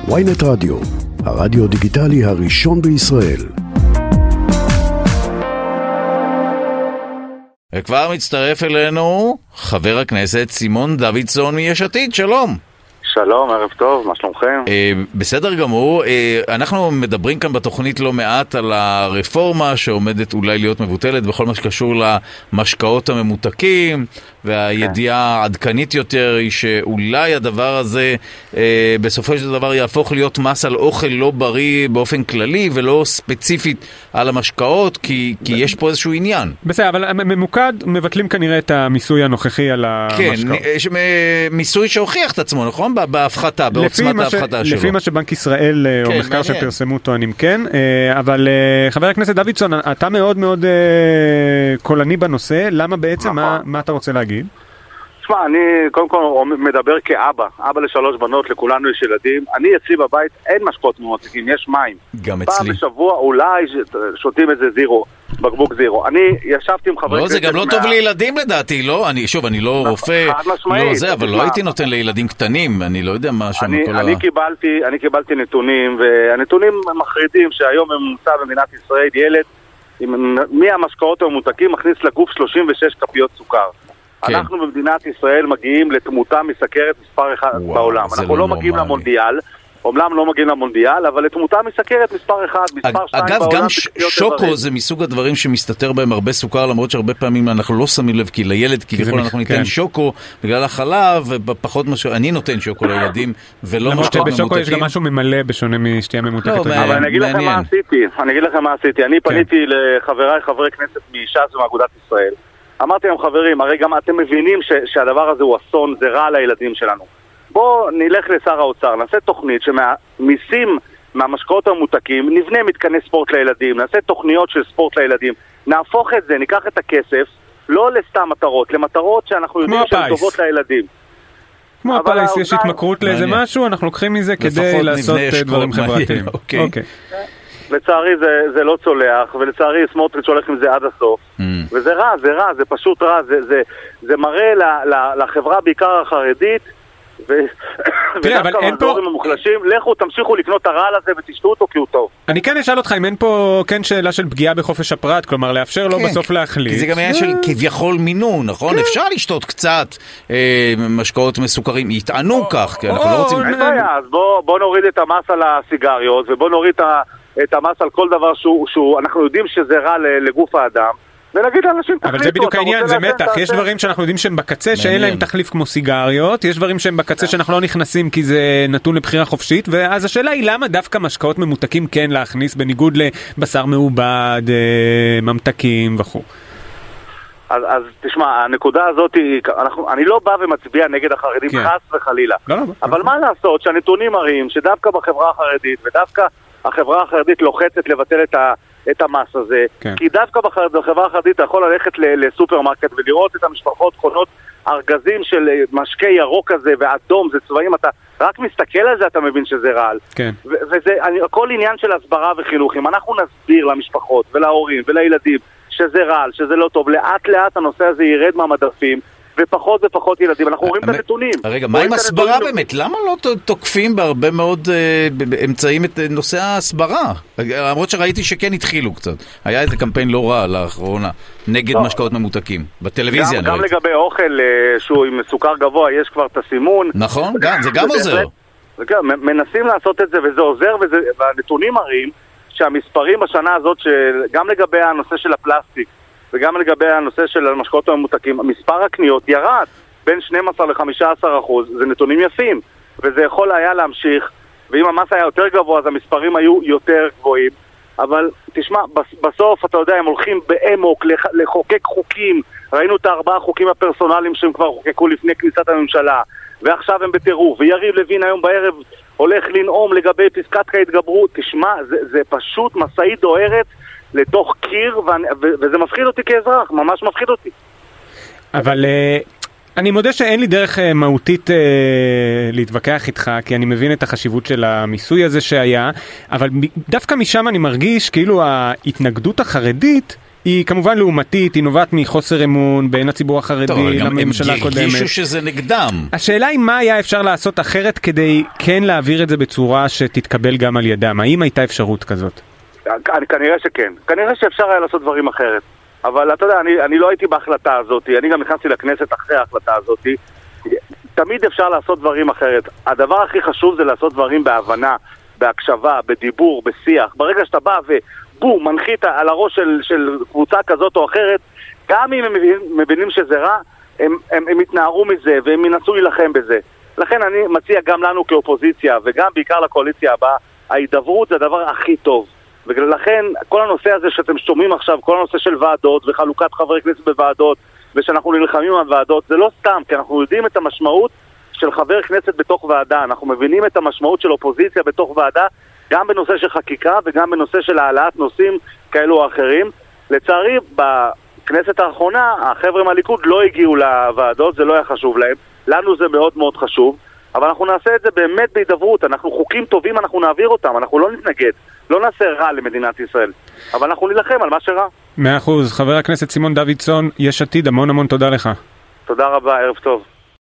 ynet רדיו, הרדיו דיגיטלי הראשון בישראל. וכבר מצטרף אלינו חבר הכנסת סימון דוידסון מיש עתיד. שלום. שלום, ערב טוב, מה שלומכם? בסדר גמור. אנחנו מדברים כאן בתוכנית לא מעט על הרפורמה שעומדת אולי להיות מבוטלת בכל מה שקשור למשקאות הממותקים, והידיעה העדכנית יותר היא שאולי הדבר הזה בסופו של דבר יהפוך להיות מס על אוכל לא בריא באופן כללי ולא ספציפית על המשקעות, כי יש פה איזשהו עניין. בסדר, אבל ממוקד מבטלים כנראה את המיסוי הנוכחי על המשקעות. כן, מיסוי שהוכיח את עצמו, נכון? בהפחתה, בעוצמת ההפחתה שלו. לפי מה שבנק ישראל או מחקר שפרסמו טוענים, כן. אבל חבר הכנסת דוידסון, אתה מאוד מאוד קולני בנושא. למה בעצם? מה אתה רוצה להגיד? תשמע, אני קודם כל מדבר כאבא, אבא לשלוש בנות, לכולנו יש ילדים. אני אצלי בבית אין משקאות ממותקים, יש מים. גם אצלי. פעם בשבוע אולי שותים איזה זירו, בקבוק זירו. אני ישבתי עם חברי כנסת... לא, זה גם לא טוב לילדים לדעתי, לא? אני לא רופא, לא זה, אבל לא הייתי נותן לילדים קטנים, אני לא יודע מה שם כל אני קיבלתי נתונים, והנתונים מחרידים שהיום ממוצע במדינת ישראל ילד מהמשקאות הממותקים מכניס לגוף 36 כפיות סוכר. אנחנו במדינת ישראל מגיעים לתמותה מסכרת מספר אחד בעולם. אנחנו לא מגיעים למונדיאל, אומנם לא מגיעים למונדיאל, אבל לתמותה מסכרת מספר אחד, מספר שתיים בעולם. אגב, גם שוקו זה מסוג הדברים שמסתתר בהם הרבה סוכר, למרות שהרבה פעמים אנחנו לא שמים לב, כי לילד כביכול אנחנו ניתן שוקו בגלל החלב, ופחות משהו, אני נותן שוקו לילדים, ולא משקות ממותקים. בשוקו יש גם משהו ממלא בשונה משתייה ממותקת. אבל אני אגיד לכם מה עשיתי. אני פניתי לחבריי חברי כנסת מש"ס ומאגודת ישראל. אמרתי להם, חברים, הרי גם אתם מבינים שהדבר הזה הוא אסון, זה רע לילדים שלנו. בואו נלך לשר האוצר, נעשה תוכנית שמהמיסים מהמשקאות הממותקים, נבנה מתקני ספורט לילדים, נעשה תוכניות של ספורט לילדים, נהפוך את זה, ניקח את הכסף, לא לסתם מטרות, למטרות שאנחנו יודעים שהן טובות לילדים. כמו הפייס, יש התמכרות לאיזה משהו, אנחנו לוקחים מזה כדי לעשות דברים חברתיים. אוקיי. לצערי זה לא צולח, ולצערי סמוטריץ' הולך עם זה עד הסוף, וזה רע, זה פשוט רע, זה מראה לחברה בעיקר החרדית, ודווקא המחזורים המוחלשים, לכו תמשיכו לקנות הרעל הזה ותשתו אותו כי הוא טוב. אני כן אשאל אותך אם אין פה כן שאלה של פגיעה בחופש הפרט, כלומר לאפשר לו בסוף להחליט. כי זה גם היה של כביכול מינון, נכון? אפשר לשתות קצת משקאות מסוכרים, יטענו כך, כי אנחנו לא רוצים... אין בעיה, אז בוא נוריד את המס על הסיגריות, ובוא נוריד את המס על כל דבר אנחנו יודעים שזה רע לגוף האדם, ונגיד לאנשים תחליפו. אבל זה בדיוק העניין, זה מתח. יש דברים שאנחנו יודעים שהם בקצה, שאין להם תחליף כמו סיגריות, יש דברים שהם בקצה שאנחנו לא נכנסים כי זה נתון לבחירה חופשית, ואז השאלה היא למה דווקא משקאות ממותקים כן להכניס, בניגוד לבשר מעובד, ממתקים וכו'. אז תשמע, הנקודה הזאת, אני לא בא ומצביע נגד החרדים חס וחלילה. אבל מה לעשות שהנתונים מראים שדווקא בחברה החרדית, ודווקא החברה החרדית לוחצת לבטל את המס הזה, כי דווקא בחברה החרדית אתה יכול ללכת לסופרמרקט ולראות את המשפחות קונות ארגזים של משקה ירוק הזה ואדום, זה צבעים, אתה רק מסתכל על זה אתה מבין שזה רעל. וזה הכל עניין של הסברה וחינוך. אם אנחנו נסביר למשפחות ולהורים ולילדים שזה רעל, שזה לא טוב, לאט לאט הנושא הזה ירד מהמדפים, ופחות ופחות ילדים. אנחנו רואים את הנתונים. רגע, מה עם הסברה באמת? למה לא תוקפים בהרבה מאוד אמצעים את נושא ההסברה? למרות שראיתי שכן התחילו קצת. היה איזה קמפיין לא רע לאחרונה, נגד משקאות ממותקים. בטלוויזיה. גם לגבי אוכל שהוא עם סוכר גבוה, יש כבר את הסימון. נכון, זה גם עוזר. מנסים לעשות את זה וזה עוזר, והנתונים מראים שהמספרים בשנה הזאת, גם לגבי הנושא של הפלסטיק, וגם לגבי הנושא של המשקאות הממותקים, מספר הקניות ירד בין 12-15%, זה נתונים יפים, וזה יכול היה להמשיך, ואם המס היה יותר גבוה, אז המספרים היו יותר גבוהים, אבל תשמע, בסוף, אתה יודע, הם הולכים באמוק לחוקק חוקים, ראינו את 4 חוקים הפרסונליים שהם כבר חוקקו לפני כניסת הממשלה, ועכשיו הם בטירוף, ויריב לוין היום בערב הולך לנאום לגבי פסקת ההתגברות, תשמע, זה פשוט מסעית דוהרת, לתוך קיר, וזה מפחיד אותי כאזרח, ממש מפחיד אותי. אבל אני מודה שאין לי דרך מהותית להתווכח איתך, כי אני מבין את החשיבות של המיסוי הזה שהיה, אבל דווקא משם אני מרגיש כאילו ההתנגדות החרדית היא כמובן לעומתית, היא נובעת מחוסר אמון בין הציבור החרדי לממשלה הקודמת. הם הרגישו שזה נגדם. השאלה היא מה היה אפשר לעשות אחרת כדי כן להעביר את זה בצורה שתתקבל גם על ידם. האם הייתה אפשרות כזאת? כנראה שכן. כנראה שאפשר היה לעשות דברים אחרת. אבל אתה יודע, אני לא הייתי בהחלטה הזאת, אני גם נכנסתי לכנסת אחרי ההחלטה הזאת. תמיד אפשר לעשות דברים אחרת. הדבר הכי חשוב זה לעשות דברים בהבנה, בהקשבה, בדיבור, בשיח. ברגע שאתה בא ובום, מנחית על הראש של קבוצה כזאת או אחרת, גם אם הם מבינים שזה רע, הם יתנערו מזה והם ינסו להילחם בזה. לכן אני מציע גם לנו כאופוזיציה וגם בעיקר לקואליציה הבאה, ההידברות זה הדבר הכי טוב. ולכן כל הנושא הזה שאתם שומעים עכשיו, כל הנושא של ועדות וחלוקת חברי כנסת בוועדות ושאנחנו נלחמים על ועדות, זה לא סתם, כי אנחנו יודעים את המשמעות של חבר כנסת בתוך ועדה, אנחנו מבינים את המשמעות של אופוזיציה בתוך ועדה, גם בנושא של חקיקה וגם בנושא של העלאת נושאים כאלו או אחרים. לצערי, בכנסת האחרונה, החבר'ה מהליכוד לא הגיעו לוועדות, זה לא היה חשוב להם, לנו זה מאוד מאוד חשוב, אבל אנחנו נעשה את זה באמת בהידברות, אנחנו חוקים טובים, אנחנו נעביר אותם, אנחנו לא נתנגד, לא נעשה רע למדינת ישראל, אבל אנחנו נלחם על מה שרע. 100%. חבר הכנסת סימון דוידסון, יש עתיד, המון המון תודה לך. תודה רבה, ערב טוב.